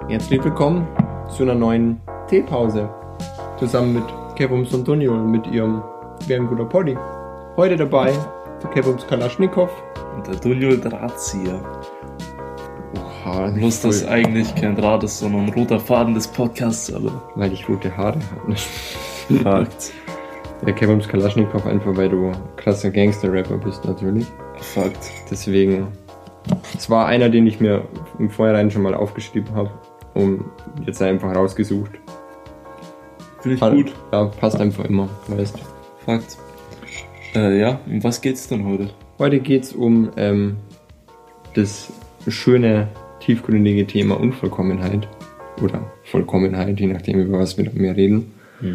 Herzlich willkommen zu einer neuen Teepause. Zusammen mit Kevums und Doniol mit ihrem Wer ein guter Poddy. Heute dabei der Kevums Kalaschnikow. Und der Doniol Drahtzieher. Oha, bloß, dass eigentlich kein Draht ist, sondern ein roter Faden des Podcasts, aber... Weil ich rote Haare habe. Fakt. Der Kevums Kalaschnikow einfach, weil du krasser Gangster-Rapper bist natürlich. Fakt. Deswegen, es war einer, den ich mir im Vorhinein schon mal aufgeschrieben habe und jetzt einfach rausgesucht. Finde ich gut. Ja, passt einfach immer, weißt du. Fakt. Ja, um was geht's denn heute? Heute geht's um das schöne, tiefgründige Thema Unvollkommenheit oder Vollkommenheit, je nachdem, über was wir noch mehr reden.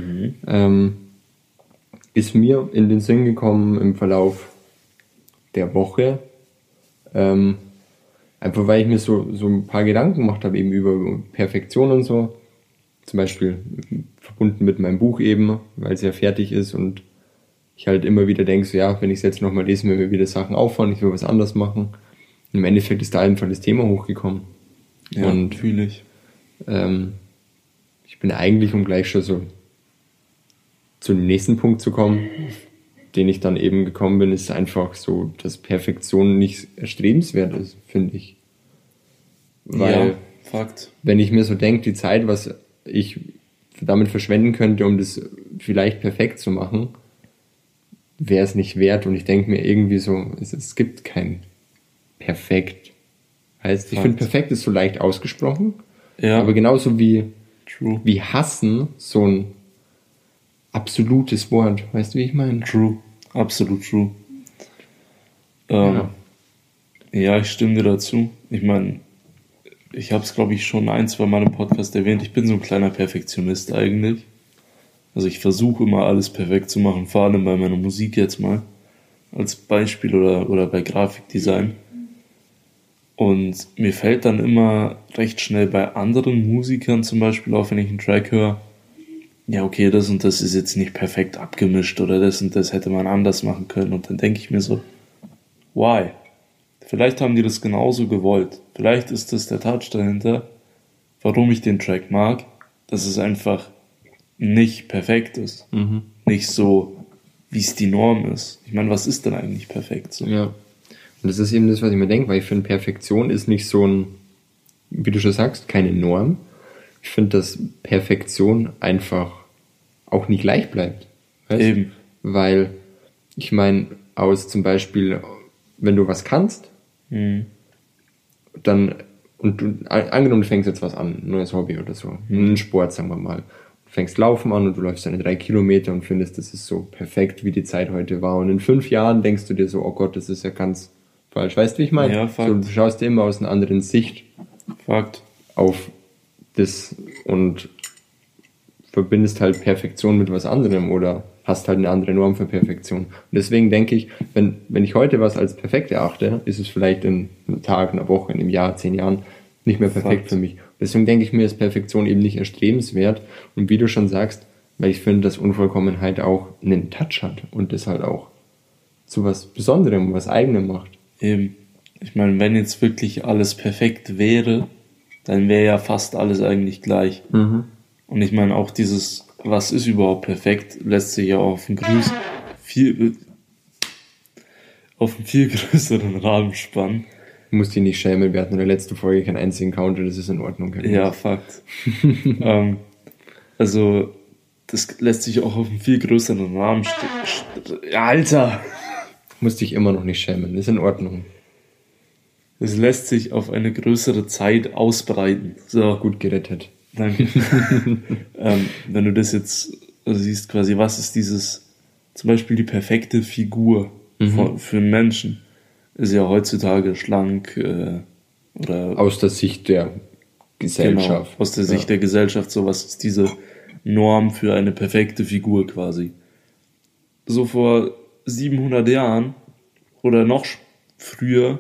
Ist mir in den Sinn gekommen im Verlauf der Woche, einfach weil ich mir so ein paar Gedanken gemacht habe eben über Perfektion und so, zum Beispiel verbunden mit meinem Buch eben, weil es ja fertig ist und ich halt immer wieder denke, so, ja, wenn ich es jetzt nochmal lese, mir wieder Sachen auffallen, ich will was anderes machen. Und im Endeffekt ist da einfach das Thema hochgekommen. Ja, und fühle ich. Ich bin eigentlich, um gleich schon so zu dem nächsten Punkt zu kommen, den ich dann eben gekommen bin, ist einfach so, dass Perfektion nicht erstrebenswert ist, finde ich. Weil, ja, Fakt. Wenn ich mir so denke, die Zeit, was ich damit verschwenden könnte, um das vielleicht perfekt zu machen, wäre es nicht wert. Und ich denke mir irgendwie so, es gibt kein Perfekt. Heißt, ich finde, perfekt ist so leicht ausgesprochen, ja. Aber genauso wie True. Wie hassen so ein absolutes Wort. Weißt du, wie ich meine? True. Absolut true. Ja, ich stimme dir dazu. Ich meine, ich habe es, glaube ich, schon 1-2 Mal im Podcast erwähnt. Ich bin so ein kleiner Perfektionist eigentlich. Also ich versuche immer alles perfekt zu machen, vor allem bei meiner Musik jetzt mal. Als Beispiel oder bei Grafikdesign. Und mir fällt dann immer recht schnell bei anderen Musikern zum Beispiel auf, wenn ich einen Track höre, ja okay, das und das ist jetzt nicht perfekt abgemischt oder das und das hätte man anders machen können. Und dann denke ich mir so, why? Vielleicht haben die das genauso gewollt. Vielleicht ist das der Touch dahinter, warum ich den Track mag, dass es einfach nicht perfekt ist. Nicht so, wie es die Norm ist. Ich meine, was ist denn eigentlich perfekt? So? Ja. Und das ist eben das, was ich mir denke, weil ich finde, Perfektion ist nicht so ein, wie du schon sagst, keine Norm. Ich finde, dass Perfektion einfach auch nie gleich bleibt. Weißt? Eben. Weil, ich meine, aus zum Beispiel, wenn du was kannst, dann, und du, angenommen, du fängst jetzt was an, ein neues Hobby oder so, einen Sport, sagen wir mal. Du fängst Laufen an und du läufst deine 3 Kilometer und findest, das ist so perfekt, wie die Zeit heute war. Und in 5 Jahren denkst du dir so, oh Gott, das ist ja ganz falsch. Weißt du, wie ich meine? Ja, Fakt. So, du schaust dir immer aus einer anderen Sicht Fakt. auf das und verbindest halt Perfektion mit was anderem oder hast halt eine andere Norm für Perfektion. Und deswegen denke ich, wenn ich heute was als perfekt erachte, ist es vielleicht in einem Tag, einer Woche, in einem Jahr, 10 Jahren nicht mehr perfekt Fakt. für mich. Deswegen denke ich mir, ist Perfektion eben nicht erstrebenswert. Und wie du schon sagst, weil ich finde, dass Unvollkommenheit auch einen Touch hat und das halt auch zu was Besonderem, was Eigenem macht. Eben. Ich meine, wenn jetzt wirklich alles perfekt wäre, dann wäre ja fast alles eigentlich gleich. Und ich meine, auch dieses, was ist überhaupt perfekt, lässt sich ja auf einen viel größeren Rahmen spannen. Du musst dich nicht schämen, wir hatten in der letzten Folge keinen einzigen Counter, das ist in Ordnung. Ja, Fakt. Also, das lässt sich auch auf einen viel größeren Rahmen Alter! Musst dich immer noch nicht schämen, ist in Ordnung. Es lässt sich auf eine größere Zeit ausbreiten. So. Gut gerettet. Danke. Wenn du das jetzt siehst, quasi, was ist dieses, zum Beispiel die perfekte Figur für einen Menschen, ist ja heutzutage schlank oder aus der Sicht der Gesellschaft. Genau, aus der Sicht der Gesellschaft, so was ist diese Norm für eine perfekte Figur quasi. So vor 700 Jahren oder noch früher,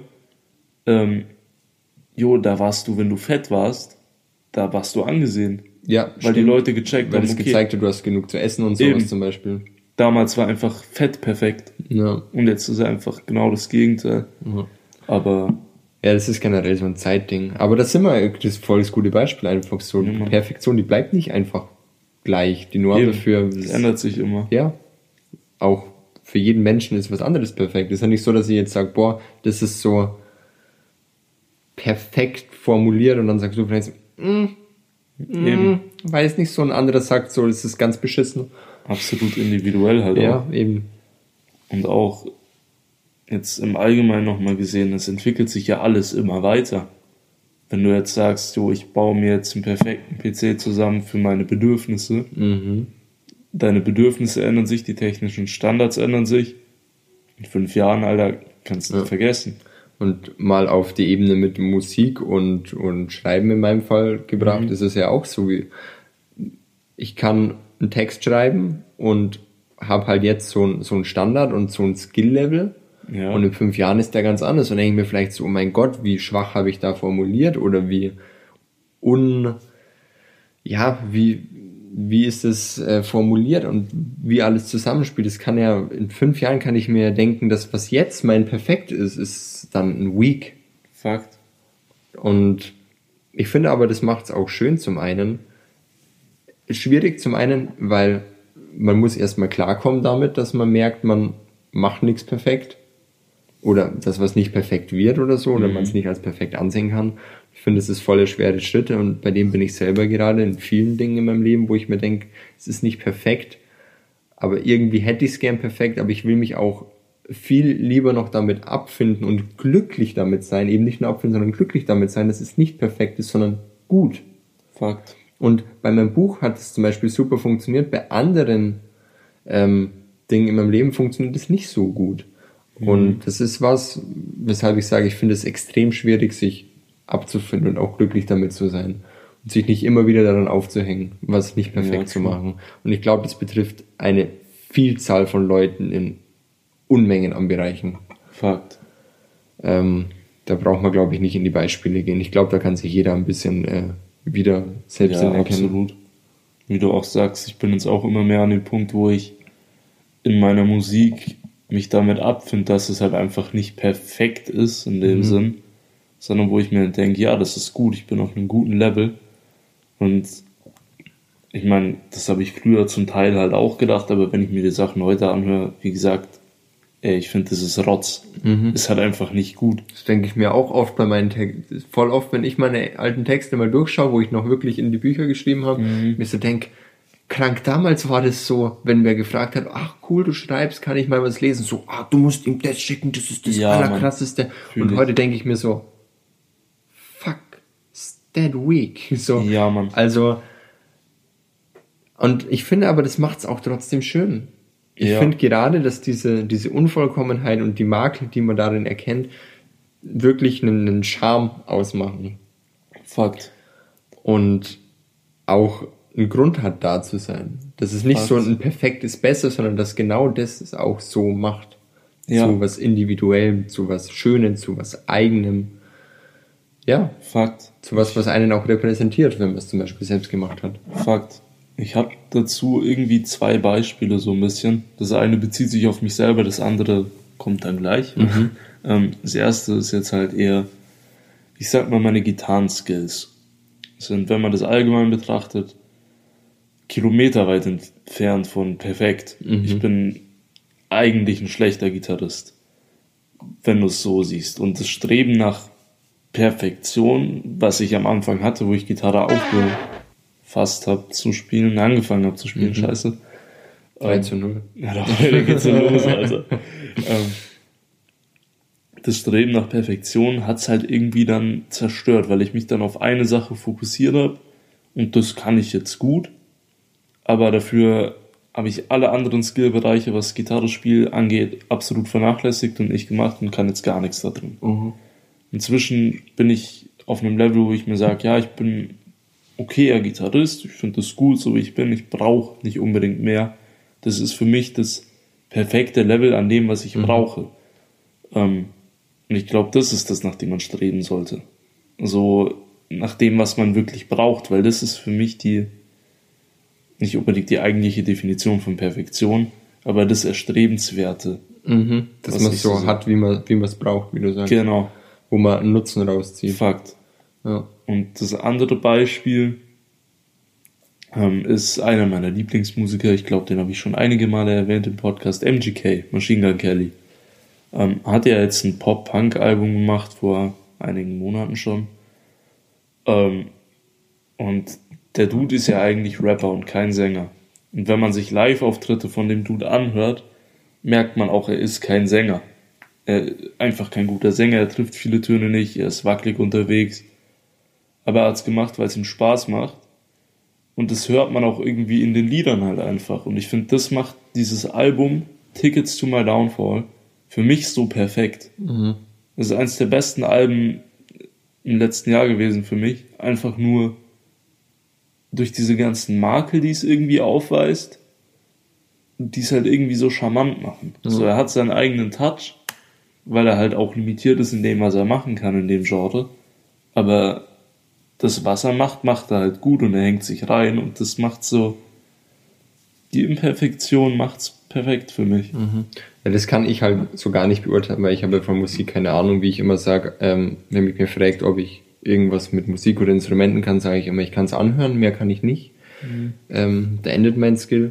da warst du, wenn du fett warst, da warst du angesehen. Ja, weil stimmt. die Leute gecheckt weil haben, es gezeigt hat, du hast genug zu essen und sowas zum Beispiel. Damals war einfach Fett perfekt. Ja. Und jetzt ist einfach genau das Gegenteil. Ja. Aber Ja, das ist generell so ein Zeitding. Aber das ist voll das gute Beispiel einfach so. Ja, Perfektion, die bleibt nicht einfach gleich. Die Norm dafür. Das ändert sich immer. Ja. Auch für jeden Menschen ist was anderes perfekt. Es ist ja nicht so, dass ich jetzt sage, boah, das ist so perfekt formuliert und dann sagst du vielleicht so, weiß nicht, so ein anderer sagt so, das ist ganz beschissen. Absolut individuell halt auch. Ja, eben. Und auch jetzt im Allgemeinen nochmal gesehen, es entwickelt sich ja alles immer weiter. Wenn du jetzt sagst, jo, ich baue mir jetzt einen perfekten PC zusammen für meine Bedürfnisse, deine Bedürfnisse ändern sich, die technischen Standards ändern sich. In 5 Jahren, Alter, kannst du nicht vergessen. Und mal auf die Ebene mit Musik und Schreiben in meinem Fall gebracht, ist es ja auch so, wie ich kann einen Text schreiben und habe halt jetzt so einen Standard und so ein Skill-Level. Ja. Und in 5 Jahren ist der ganz anders. Und denke ich mir vielleicht so, oh mein Gott, wie schwach habe ich da formuliert oder wie ist es formuliert und wie alles zusammenspielt. Das kann ja, in 5 Jahren kann ich mir denken, dass was jetzt mein Perfekt ist dann ein Weak. Fakt. Und ich finde aber, das macht es auch schön zum einen. Schwierig zum einen, weil man muss erstmal klarkommen damit, dass man merkt, man macht nichts perfekt. Oder dass was nicht perfekt wird oder so, oder man es nicht als perfekt ansehen kann. Ich finde, es ist voll schwere Schritte und bei dem bin ich selber gerade in vielen Dingen in meinem Leben, wo ich mir denke, es ist nicht perfekt, aber irgendwie hätte ich es gern perfekt, aber ich will mich auch viel lieber noch damit abfinden und glücklich damit sein, eben nicht nur abfinden, sondern glücklich damit sein, dass es nicht perfekt ist, sondern gut. Fakt. Und bei meinem Buch hat es zum Beispiel super funktioniert, bei anderen Dingen in meinem Leben funktioniert es nicht so gut. Und das ist was, weshalb ich sage, ich finde es extrem schwierig, sich abzufinden und auch glücklich damit zu sein. Und sich nicht immer wieder daran aufzuhängen, was nicht perfekt zu machen. Und ich glaube, das betrifft eine Vielzahl von Leuten in Unmengen an Bereichen. Fakt. Da braucht man, glaube ich, nicht in die Beispiele gehen. Ich glaube, da kann sich jeder ein bisschen wieder selbst erkennen. Absolut. Wie du auch sagst, ich bin jetzt auch immer mehr an dem Punkt, wo ich in meiner Musik mich damit abfinde, dass es halt einfach nicht perfekt ist in dem Sinn, sondern wo ich mir denke, ja, das ist gut, ich bin auf einem guten Level. Und ich meine, das habe ich früher zum Teil halt auch gedacht, aber wenn ich mir die Sachen heute anhöre, wie gesagt, ich finde, das ist Rotz. Ist halt einfach nicht gut. Das denke ich mir auch oft bei meinen Texten. Voll oft, wenn ich meine alten Texte mal durchschaue, wo ich noch wirklich in die Bücher geschrieben habe, mir so denke, krank, damals war das so, wenn wer gefragt hat, ach cool, du schreibst, kann ich mal was lesen? So, du musst ihm das schicken, das ist das Allerkrasseste. Und heute denke ich mir so, fuck, is that weak? So, ja, Mann. Also, und ich finde aber, das macht's auch trotzdem schön. Ich finde gerade, dass diese Unvollkommenheit und die Makel, die man darin erkennt, wirklich einen Charme ausmachen. Fakt. Und auch einen Grund hat, da zu sein. Dass es nicht so ein perfektes Besser, sondern dass genau das es auch so macht. Ja. Zu was Individuellem, zu was Schönem, zu was Eigenem. Ja. Fakt. Zu was einen auch repräsentiert, wenn man es zum Beispiel selbst gemacht hat. Fakt. Ich habe dazu irgendwie 2 Beispiele so ein bisschen. Das eine bezieht sich auf mich selber, das andere kommt dann gleich. Das erste ist jetzt halt eher, ich sag mal, meine Gitarrenskills sind, wenn man das allgemein betrachtet, kilometerweit entfernt von perfekt. Ich bin eigentlich ein schlechter Gitarrist, wenn du es so siehst. Und das Streben nach Perfektion, was ich am Anfang hatte, wo ich Gitarre aufgefasst habe zu spielen, angefangen habe zu spielen, scheiße. 3:0. Ja, da geht's ja los, Alter. Das Streben nach Perfektion hat's halt irgendwie dann zerstört, weil ich mich dann auf eine Sache fokussiert habe und das kann ich jetzt gut, aber dafür habe ich alle anderen Skillbereiche, was Gitarrespiel angeht, absolut vernachlässigt und nicht gemacht und kann jetzt gar nichts da drin. Inzwischen bin ich auf einem Level, wo ich mir sage, ja, ich bin okayer Gitarrist, ich finde das gut, so wie ich bin, ich brauche nicht unbedingt mehr. Das ist für mich das perfekte Level an dem, was ich brauche. Und ich glaube, das ist das, nach dem man streben sollte. So nach dem, was man wirklich braucht, weil das ist für mich nicht unbedingt die eigentliche Definition von Perfektion, aber das Erstrebenswerte. Dass man es so hat, wie man es braucht, wie du sagst. Genau. wo man einen Nutzen rauszieht. Fakt. Ja. Und das andere Beispiel ist einer meiner Lieblingsmusiker, ich glaube, den habe ich schon einige Male erwähnt im Podcast, MGK, Machine Gun Kelly. Hat ja jetzt ein Pop-Punk-Album gemacht, vor einigen Monaten schon. Und der Dude ist ja eigentlich Rapper und kein Sänger. Und wenn man sich Live-Auftritte von dem Dude anhört, merkt man auch, er ist kein Sänger. Einfach kein guter Sänger, er trifft viele Töne nicht, er ist wackelig unterwegs. Aber er hat es gemacht, weil es ihm Spaß macht. Und das hört man auch irgendwie in den Liedern halt einfach. Und ich finde, das macht dieses Album Tickets to My Downfall für mich so perfekt. Mhm. Das ist eines der besten Alben im letzten Jahr gewesen für mich. Einfach nur durch diese ganzen Makel, die es irgendwie aufweist, die es halt irgendwie so charmant machen. Mhm. So, er hat seinen eigenen Touch, weil er halt auch limitiert ist in dem, was er machen kann in dem Genre. Aber das, was er macht, macht er halt gut und er hängt sich rein und das macht so, die Imperfektion macht's perfekt für mich. Mhm. Ja, das kann ich halt so gar nicht beurteilen, weil ich habe von Musik keine Ahnung, wie ich immer sage, wenn mich mir fragt, ob ich irgendwas mit Musik oder Instrumenten kann, sage ich immer, ich kann es anhören, mehr kann ich nicht. Da endet mein Skill.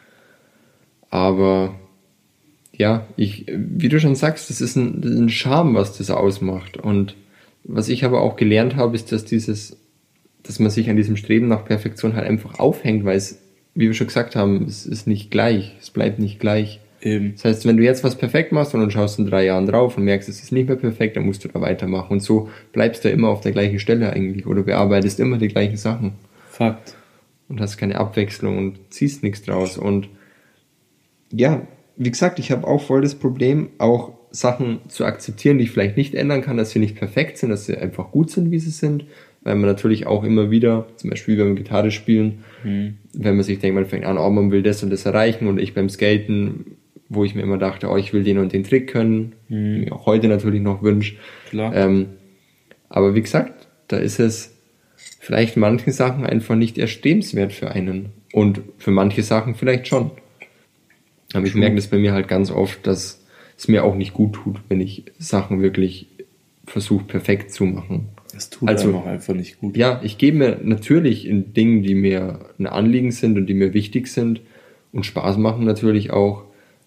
Aber ja, wie du schon sagst, das ist ein Charme, was das ausmacht. Und was ich aber auch gelernt habe, ist, dass man sich an diesem Streben nach Perfektion halt einfach aufhängt, weil es, wie wir schon gesagt haben, es ist nicht gleich, es bleibt nicht gleich. Eben. Das heißt, wenn du jetzt was perfekt machst und dann schaust in 3 Jahren drauf und merkst, es ist nicht mehr perfekt, dann musst du da weitermachen. Und so bleibst du immer auf der gleichen Stelle eigentlich oder bearbeitest immer die gleichen Sachen. Fakt. Und hast keine Abwechslung und ziehst nichts draus. Und ja, wie gesagt, ich habe auch voll das Problem, auch Sachen zu akzeptieren, die ich vielleicht nicht ändern kann, dass sie nicht perfekt sind, dass sie einfach gut sind, wie sie sind. Weil man natürlich auch immer wieder, zum Beispiel beim Gitarre spielen, wenn man sich denkt, man fängt an, oh, man will das und das erreichen, und ich beim Skaten, wo ich mir immer dachte, oh, ich will den und den Trick können, mir auch heute natürlich noch wünsche. Klar. Aber wie gesagt, da ist es vielleicht manche Sachen einfach nicht erstrebenswert für einen und für manche Sachen vielleicht schon. Aber ich merke das bei mir halt ganz oft, dass es mir auch nicht gut tut, wenn ich Sachen wirklich versuche perfekt zu machen. Es tut einem auch einfach nicht gut. Ja, ich gebe mir natürlich in Dingen, die mir ein Anliegen sind und die mir wichtig sind und Spaß machen, natürlich auch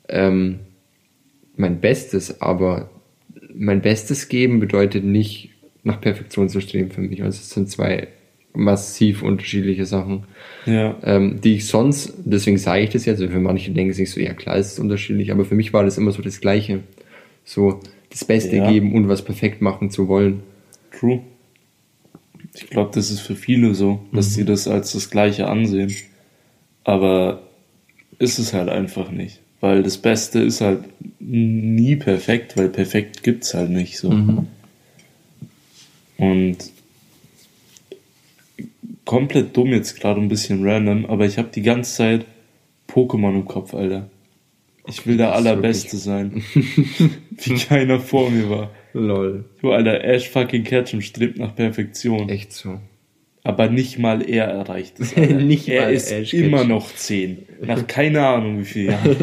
mein Bestes, aber mein Bestes geben bedeutet nicht, nach Perfektion zu streben für mich. Also es sind 2 massiv unterschiedliche Sachen, Ja. die ich sonst, deswegen sage ich das jetzt, für manche denken sich so, ja klar, es ist unterschiedlich, aber für mich war das immer so das Gleiche. So das Beste geben und was perfekt machen zu wollen. True. Ich glaube, das ist für viele so, dass sie das als das Gleiche ansehen. Aber ist es halt einfach nicht. Weil das Beste ist halt nie perfekt, weil perfekt gibt's halt nicht so. Und komplett dumm jetzt gerade ein bisschen random, aber ich habe die ganze Zeit Pokémon im Kopf, Alter. Ich will der Allerbeste sein. Wie keiner vor mir war. Lol. Du, Alter, Ash fucking Ketchum strebt nach Perfektion. Echt so. Aber nicht mal er erreicht es. Alter. Nicht er mal ist Ash immer Ketchum. noch 10. Nach keine Ahnung wie viel Jahren.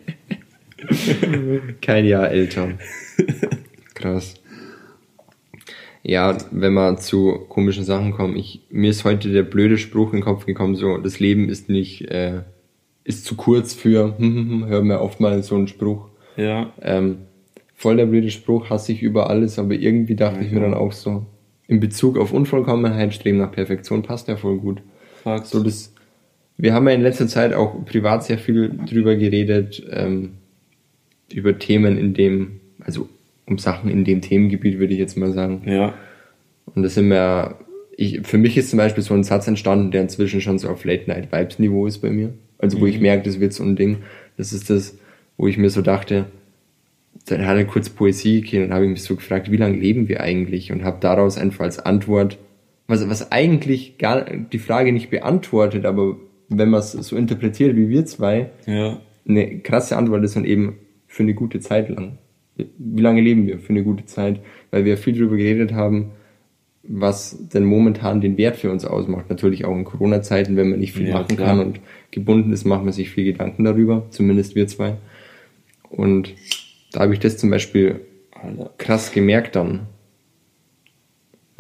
Kein Jahr älter. Krass. Ja, wenn wir zu komischen Sachen kommen, mir ist heute der blöde Spruch in den Kopf gekommen, so, das Leben ist nicht, ist zu kurz für, hören wir oft mal so einen Spruch. Ja. Voll der blöde Spruch, hasse ich über alles, aber irgendwie dachte ich mir dann auch so, in Bezug auf Unvollkommenheit, Streben nach Perfektion passt ja voll gut. Fakt. So, wir haben ja in letzter Zeit auch privat sehr viel drüber geredet, über Themen um Sachen in dem Themengebiet, würde ich jetzt mal sagen. Ja. Und das sind für mich ist zum Beispiel so ein Satz entstanden, der inzwischen schon so auf Late-Night-Vibes-Niveau ist bei mir. Also wo ich merke, das wird so ein Ding. Das ist das, wo ich mir so dachte, dann hat er kurz Poesie gegeben und habe ich mich so gefragt, wie lange leben wir eigentlich? Und habe daraus einfach als Antwort, was eigentlich gar die Frage nicht beantwortet, aber wenn man es so interpretiert wie wir zwei, eine krasse Antwort ist dann eben für eine gute Zeit lang. Wie lange leben wir für eine gute Zeit? Weil wir viel darüber geredet haben, was denn momentan den Wert für uns ausmacht. Natürlich auch in Corona-Zeiten, wenn man nicht viel machen kann und gebunden ist, macht man sich viel Gedanken darüber, zumindest wir zwei. Und da habe ich das zum Beispiel krass gemerkt dann,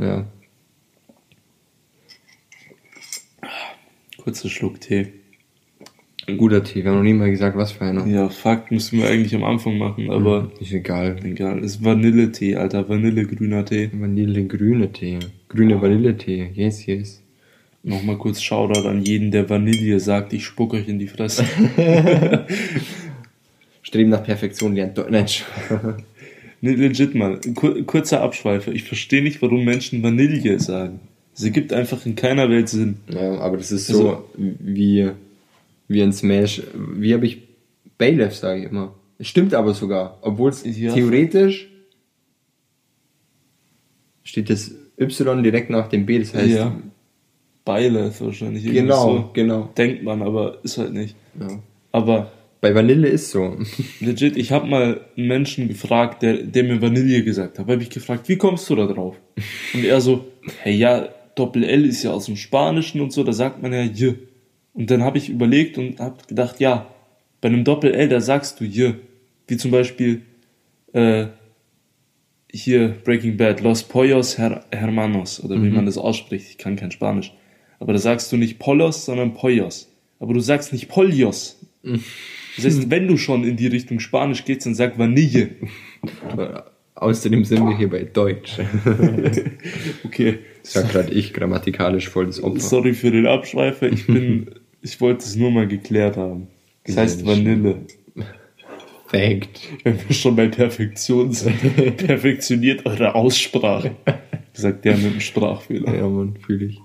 Ja. Kurzer Schluck Tee. Ein guter Tee. Wir haben noch nie mal gesagt, was für einer. Ja, Fakt müssen wir eigentlich am Anfang machen, aber Ist egal. egal. Ist Vanilletee, Alter. Vanillegrüner Tee. Vanille-grüne Tee. Grüne Vanilletee. Yes, yes. Nochmal kurz Shoutout an jeden, der Vanille sagt, ich spuck euch in die Fresse. Streben nach Perfektion lernt Deutsch. Nee, legit mal. Kurzer Abschweifer. Ich verstehe nicht, warum Menschen Vanille sagen. Es ergibt einfach in keiner Welt Sinn. Ja, aber das ist so wie ein Smash. Wie habe ich Bailiff, sage ich immer. Es stimmt aber sogar. Obwohl es theoretisch steht das Y direkt nach dem B. Das heißt... Ja. Bailiff wahrscheinlich. Genau. Denkt man, aber ist halt nicht. Ja. Aber... Bei Vanille ist so. Legit, ich habe mal einen Menschen gefragt, der mir Vanille gesagt hat. Habe ich gefragt, wie kommst du da drauf? Und er so, hey, ja, Doppel-L ist ja aus dem Spanischen und so, da sagt man ja je. Und dann habe ich überlegt und habe gedacht, ja, bei einem Doppel-L, da sagst du je. Wie zum Beispiel hier Breaking Bad, Los Pollos Hermanos, oder wie man das ausspricht, ich kann kein Spanisch. Aber da sagst du nicht Pollos, sondern Pollos. Aber du sagst nicht Pollos. Das heißt, wenn du schon in die Richtung Spanisch gehst, dann sag Vanille. Außerdem sind wir hier bei Deutsch. Okay. Sag gerade ich, grammatikalisch voll das Opfer. Sorry für den Abschweifer, ich wollte es nur mal geklärt haben. Das heißt Vanille. Fact. Wenn wir schon bei Perfektion sind, perfektioniert eure Aussprache. Sagt der mit dem Sprachfehler. Ja, Mann, fühle ich.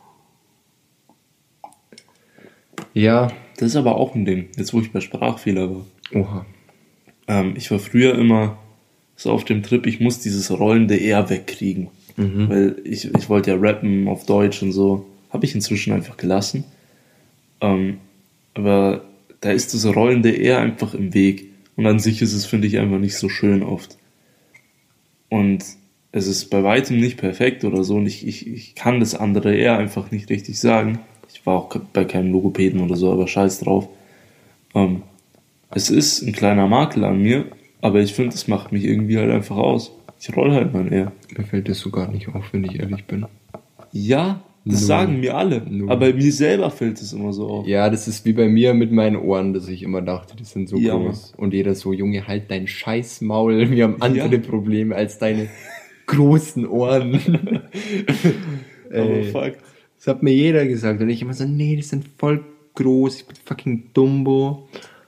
Ja. Das ist aber auch ein Ding, jetzt wo ich bei Sprachfehler war. Oha. Ich war früher immer so auf dem Trip, ich muss dieses rollende R wegkriegen. Weil ich wollte ja rappen auf Deutsch und so. Habe ich inzwischen einfach gelassen. Aber da ist das rollende R einfach im Weg. Und an sich ist es, finde ich, einfach nicht so schön oft. Und es ist bei weitem nicht perfekt oder so. Und ich kann das andere R einfach nicht richtig sagen. Ich war auch bei keinem Logopäden oder so, aber scheiß drauf. Es ist ein kleiner Makel an mir, aber ich finde, es macht mich irgendwie halt einfach aus. Ich roll halt mein R. Mir fällt das so gar nicht auf, wenn ich ehrlich bin. Ja, das sagen mir alle. Aber mir selber fällt es immer so auf. Ja, das ist wie bei mir mit meinen Ohren, dass ich immer dachte, die sind so Ja, groß. Und jeder so, Junge, halt dein Scheißmaul. Wir haben andere Probleme als deine großen Ohren. Aber fuck. Das hat mir jeder gesagt. Und ich immer so, nee, die sind voll groß. Ich bin fucking Dumbo.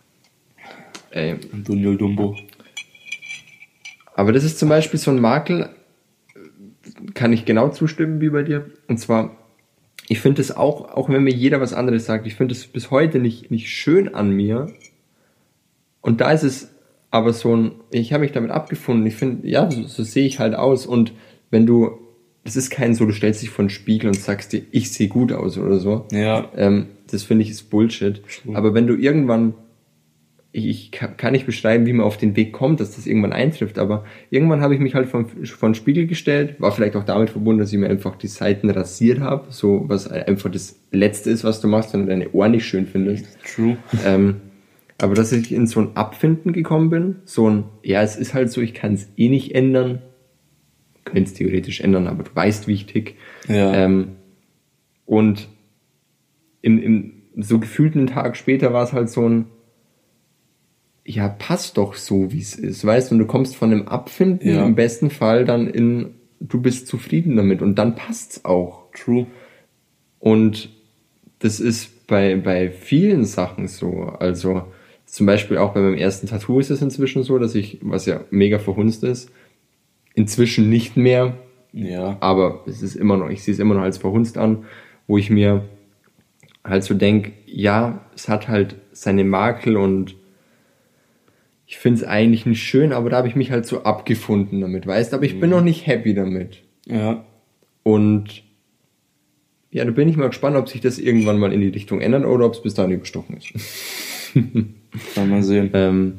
Daniel Dumbo. Aber das ist zum Beispiel so ein Makel, kann ich genau zustimmen wie bei dir. Und zwar, ich finde es auch wenn mir jeder was anderes sagt, ich finde es bis heute nicht schön an mir. Und da ist es aber so ein, ich habe mich damit abgefunden. Ich finde, ja, so sehe ich halt aus. Und wenn du, das ist kein so, du stellst dich vor den Spiegel und sagst dir, ich sehe gut aus oder so. Ja. Das finde ich ist Bullshit. Aber wenn du irgendwann, ich kann nicht beschreiben, wie man auf den Weg kommt, dass das irgendwann eintrifft, aber irgendwann habe ich mich halt vor den Spiegel gestellt, war vielleicht auch damit verbunden, dass ich mir einfach die Seiten rasiert habe, so was einfach das Letzte ist, was du machst, wenn du deine Ohren nicht schön findest. True. Aber dass ich in so ein Abfinden gekommen bin, so ein, ja, es ist halt so, ich kann es eh nicht ändern, könnte es theoretisch ändern, aber du weißt, wie ich tick. Ja. Und im so gefühlten Tag später war es halt so ein, ja, passt doch so, wie es ist, weißt du, und du kommst von einem Abfinden im besten Fall dann in, du bist zufrieden damit und dann passt's auch. True. Und das ist bei vielen Sachen so, also zum Beispiel auch bei meinem ersten Tattoo ist es inzwischen so, dass ich, was ja mega verhunzt ist, inzwischen nicht mehr, aber es ist immer noch, ich sehe es immer noch als verhunzt an, wo ich mir halt so denke, ja, es hat halt seine Makel und ich finde es eigentlich nicht schön, aber da habe ich mich halt so abgefunden damit, weißt du, aber ich bin noch nicht happy damit. Ja. Und ja, da bin ich mal gespannt, ob sich das irgendwann mal in die Richtung ändert oder ob es bis dahin überstochen ist. Kann man sehen.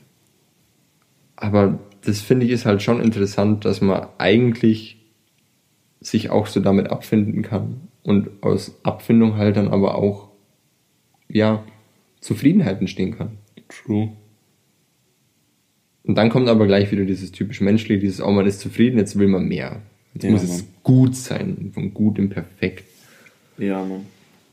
Aber das finde ich ist halt schon interessant, dass man eigentlich sich auch so damit abfinden kann und aus Abfindung halt dann aber auch, ja, Zufriedenheit entstehen kann. True. Und dann kommt aber gleich wieder dieses typisch menschliche, dieses, oh, man ist zufrieden, jetzt will man mehr. Jetzt muss es gut sein, von gut im Perfekt. Ja, Mann.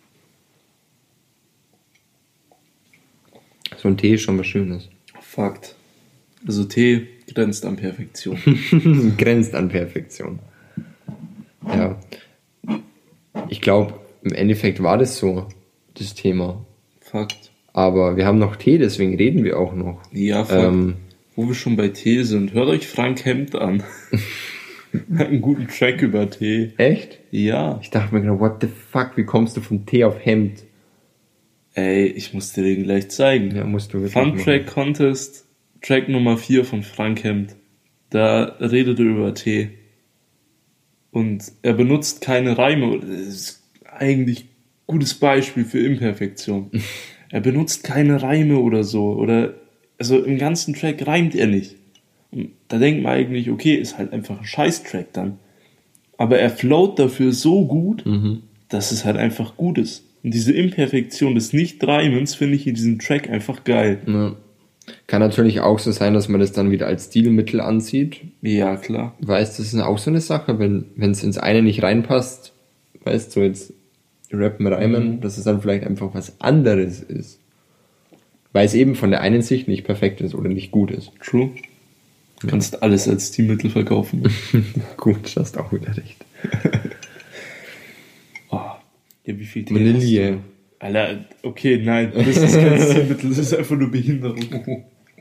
So ein Tee ist schon was Schönes. Fakt. Also Tee grenzt an Perfektion. Grenzt an Perfektion. Ja. Ich glaube, im Endeffekt war das so, das Thema. Fakt. Aber wir haben noch Tee, deswegen reden wir auch noch. Ja, Fakt. Wo wir schon bei Tee sind, hört euch Frank Hemd an. Hat einen guten Track über Tee. Echt? Ja. Ich dachte mir genau, what the fuck, wie kommst du von Tee auf Hemd? Ey, ich muss dir den gleich zeigen. Ja, musst du wirklich Fun Track Contest, Track Nummer 4 von Frank Hemd. Da redet er über Tee. Und er benutzt keine Reime. Das ist eigentlich ein gutes Beispiel für Imperfektion. Er benutzt keine Reime oder so. Oder, also im ganzen Track reimt er nicht. Und da denkt man eigentlich, okay, ist halt einfach ein Scheiß-Track dann. Aber er float dafür so gut, dass es halt einfach gut ist. Und diese Imperfektion des Nicht-Reimens finde ich in diesem Track einfach geil. Ja. Kann natürlich auch so sein, dass man das dann wieder als Stilmittel ansieht. Ja, klar. Weißt du, das ist auch so eine Sache, wenn es ins eine nicht reinpasst, weißt du, jetzt rappen, reimen, dass es dann vielleicht einfach was anderes ist. Weil es eben von der einen Sicht nicht perfekt ist oder nicht gut ist. True. Du kannst alles als Stilmittel verkaufen. Gut, du hast auch wieder recht. Oh, ja, wie viel Tee Vanille. hast du? Alter, okay, nein, das ist kein Stilmittel, das ist einfach nur Behinderung.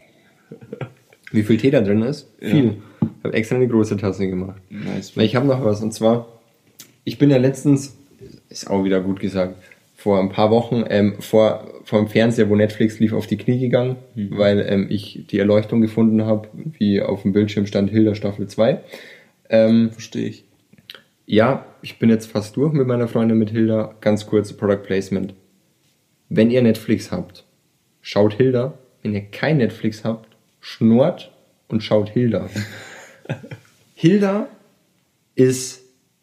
Wie viel Tee da drin ist? Ja. Viel. Ich habe extra eine große Tasse gemacht. Nice. Weil ich habe noch was, und zwar, ich bin ja letztens, ist auch wieder gut gesagt, vor ein paar Wochen vor dem Fernseher, wo Netflix lief, auf die Knie gegangen, weil ich die Erleuchtung gefunden habe, wie auf dem Bildschirm stand Hilda Staffel 2. Verstehe ich. Ja, ich bin jetzt fast durch mit meiner Freundin, mit Hilda. Ganz kurz, Product Placement. Wenn ihr Netflix habt, schaut Hilda. Wenn ihr kein Netflix habt, schnurrt und schaut Hilda. Hilda ist,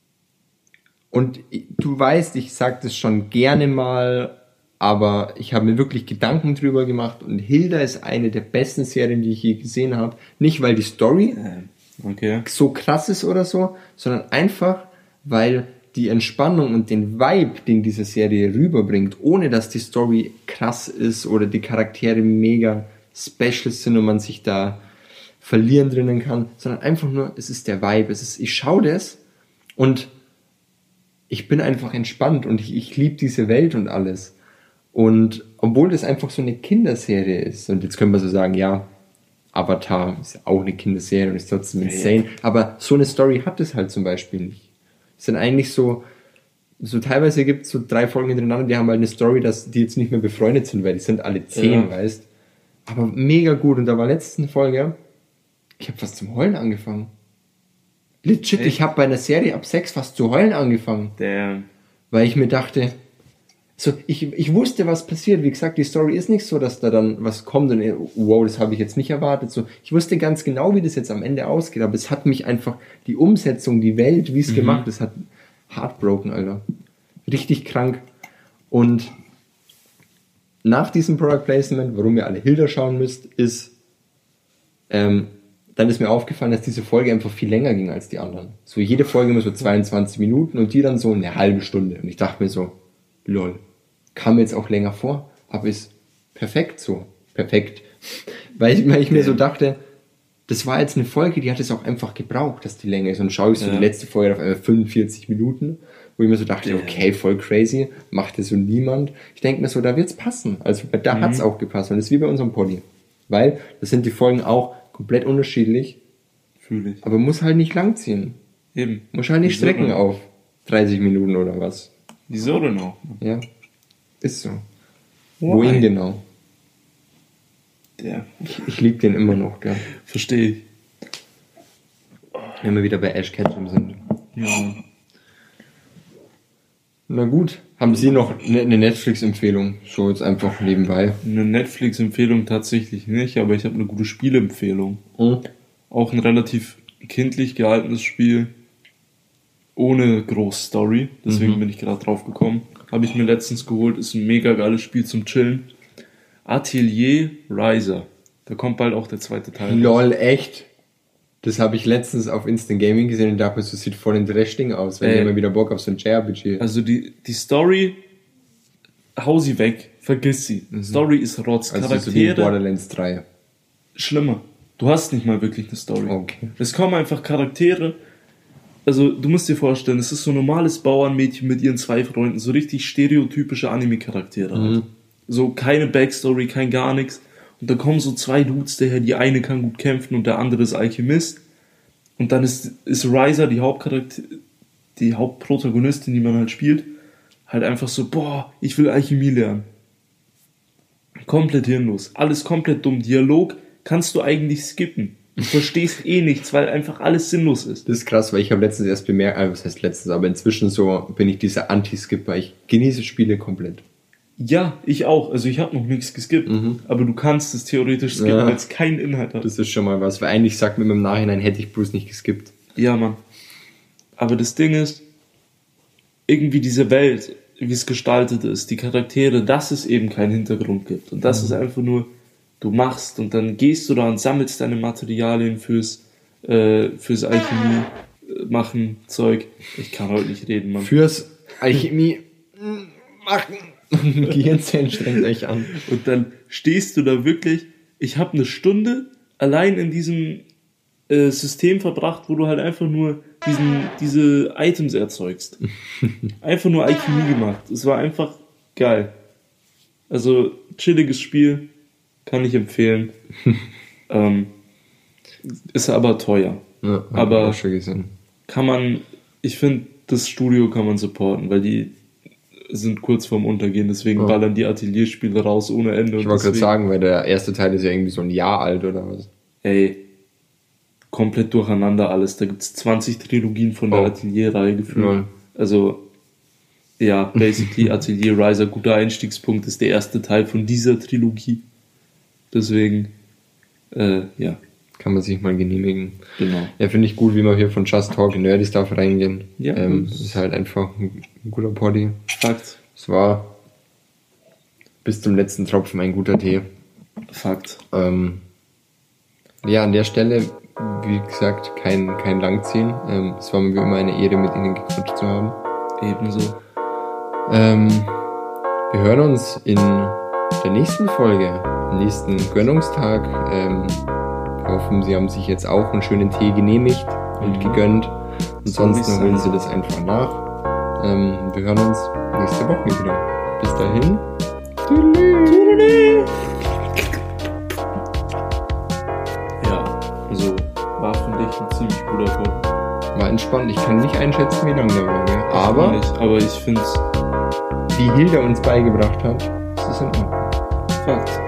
und du weißt, ich sag das schon gerne mal, aber ich habe mir wirklich Gedanken drüber gemacht, und Hilda ist eine der besten Serien, die ich je gesehen habe. Nicht, weil die Story Okay. so krass ist oder so, sondern einfach, weil die Entspannung und den Vibe, den diese Serie rüberbringt, ohne dass die Story krass ist oder die Charaktere mega special sind und man sich da verlieren drinnen kann, sondern einfach nur, es ist der Vibe, ich schaue das und ich bin einfach entspannt und ich liebe diese Welt und alles. Und obwohl das einfach so eine Kinderserie ist, und jetzt können wir so sagen, ja, Avatar ist ja auch eine Kinderserie und ist trotzdem insane, aber so eine Story hat es halt zum Beispiel nicht. Es sind eigentlich so teilweise gibt es so 3 Folgen hintereinander, die haben halt eine Story, dass die jetzt nicht mehr befreundet sind, weil die sind alle 10, weißt. Aber mega gut. Und da war letzte Folge, ich habe fast zum Heulen angefangen. Legit, ich habe bei einer Serie ab 6 fast zu heulen angefangen. Damn. Weil ich mir dachte, so, ich wusste, was passiert. Wie gesagt, die Story ist nicht so, dass da dann was kommt und wow, das habe ich jetzt nicht erwartet. So, ich wusste ganz genau, wie das jetzt am Ende ausgeht, aber es hat mich einfach, die Umsetzung, die Welt, wie es gemacht ist, hat heartbroken, Alter. Richtig krank. Und nach diesem Product Placement, warum ihr alle Hilda schauen müsst, ist, dann ist mir aufgefallen, dass diese Folge einfach viel länger ging als die anderen. So jede Folge immer so 22 Minuten und die dann so eine halbe Stunde. Und ich dachte mir so, lol, kam mir jetzt auch länger vor, aber ist perfekt so. Perfekt. Weil ich mir so dachte, das war jetzt eine Folge, die hat es auch einfach gebraucht, dass die Länge ist. Und schaue ich so die letzte Folge auf einmal 45 Minuten, wo ich mir so dachte, okay, voll crazy, macht das so niemand. Ich denke mir so, da wird's passen. Also da hat's auch gepasst. Und das ist wie bei unserem Poddy. Weil, das sind die Folgen auch komplett unterschiedlich. Fühle ich. Aber muss halt nicht lang ziehen. Eben. Muss halt nicht strecken auf 30 Minuten oder was. Wieso denn auch? Ja, ist so. Wohin genau? Ja. Ich liebe den immer noch, gell. Verstehe ich. Wenn wir wieder bei Ash Ketchum sind. Ja. Na gut, haben Sie noch eine Netflix-Empfehlung? So jetzt einfach nebenbei. Eine Netflix-Empfehlung tatsächlich nicht, aber ich habe eine gute Spielempfehlung. Auch ein relativ kindlich gehaltenes Spiel. Ohne groß Story. Deswegen bin ich gerade drauf gekommen. Habe ich mir letztens geholt. Ist ein mega geiles Spiel zum Chillen. Atelier Ryza. Da kommt bald auch der zweite Teil. Lol, echt? Das habe ich letztens auf Instant Gaming gesehen und dachte, das sieht voll interesting aus, wenn ich immer wieder Bock auf so ein JRPG. Also die Story, hau sie weg, vergiss sie. Story ist Rotz. Also Charaktere, so wie Borderlands 3. Schlimmer. Du hast nicht mal wirklich eine Story. Okay. Es kommen einfach Charaktere. Also du musst dir vorstellen, es ist so ein normales Bauernmädchen mit ihren 2 Freunden, so richtig stereotypische Anime-Charaktere. Halt. So keine Backstory, kein gar nichts. Und dann kommen so 2 Dudes daher, die eine kann gut kämpfen und der andere ist Alchemist. Und dann ist Ryza, die Hauptprotagonistin, die man halt spielt, halt einfach so, boah, ich will Alchemie lernen. Komplett hirnlos. Alles komplett dumm. Dialog kannst du eigentlich skippen. Du verstehst eh nichts, weil einfach alles sinnlos ist. Das ist krass, weil ich habe letztens erst bemerkt, was heißt letztens, aber inzwischen so bin ich dieser Anti-Skipper. Ich genieße Spiele komplett. Ja, ich auch. Also ich habe noch nichts geskippt, aber du kannst es theoretisch skippen, weil es keinen Inhalt hat. Das ist schon mal was, weil eigentlich sagt man mir im Nachhinein, hätte ich bloß nicht geskippt. Ja, Mann. Aber das Ding ist, irgendwie diese Welt, wie es gestaltet ist, die Charaktere, dass es eben keinen Hintergrund gibt. Und das ist einfach nur, du machst und dann gehst du da und sammelst deine Materialien fürs Alchemie machen Zeug. Ich kann heute nicht reden, Mann. Fürs Alchemie machen. Gehirnzellen strengt euch an. Und dann stehst du da wirklich, ich habe eine Stunde allein in diesem System verbracht, wo du halt einfach nur diese Items erzeugst. Einfach nur Alchemie gemacht. Es war einfach geil. Also, chilliges Spiel, kann ich empfehlen. Ist aber teuer. Ja, aber auch schon gesehen. Ich finde, das Studio kann man supporten, weil die sind kurz vorm Untergehen, deswegen ballern die Atelierspiele raus ohne Ende. Ich wollte gerade sagen, weil der erste Teil ist ja irgendwie so ein Jahr alt oder was. Ey, komplett durcheinander alles. Da gibt es 20 Trilogien von der Atelier-Reihe gefühlt. Ja. Also, ja, basically Atelier Ryza, guter Einstiegspunkt, ist der erste Teil von dieser Trilogie. Deswegen, ja. Kann man sich mal genehmigen. Genau. Ja, finde ich gut, wie wir hier von Just Talk in Nerdy Stuff reingehen. Ja. Ist halt einfach ein guter Poddy. Fakt. Es war bis zum letzten Tropfen ein guter Tee. Fakt. Ja, an der Stelle, wie gesagt, kein Langziehen. Es war mir wie immer eine Ehre, mit Ihnen gequatscht zu haben. Ebenso. Wir hören uns in der nächsten Folge, am nächsten Gönnungstag. Wir hoffen, Sie haben sich jetzt auch einen schönen Tee genehmigt und gegönnt. Ansonsten holen Sie das einfach nach. Wir hören uns nächste Woche wieder. Bis dahin. Ja, also war, finde ich, ein ziemlich guter Pod. War entspannt. Ich kann nicht einschätzen, wie lange der war. Gell? Aber ich finde es, wie Hilda uns beigebracht hat, ist es in Ordnung. Fakt.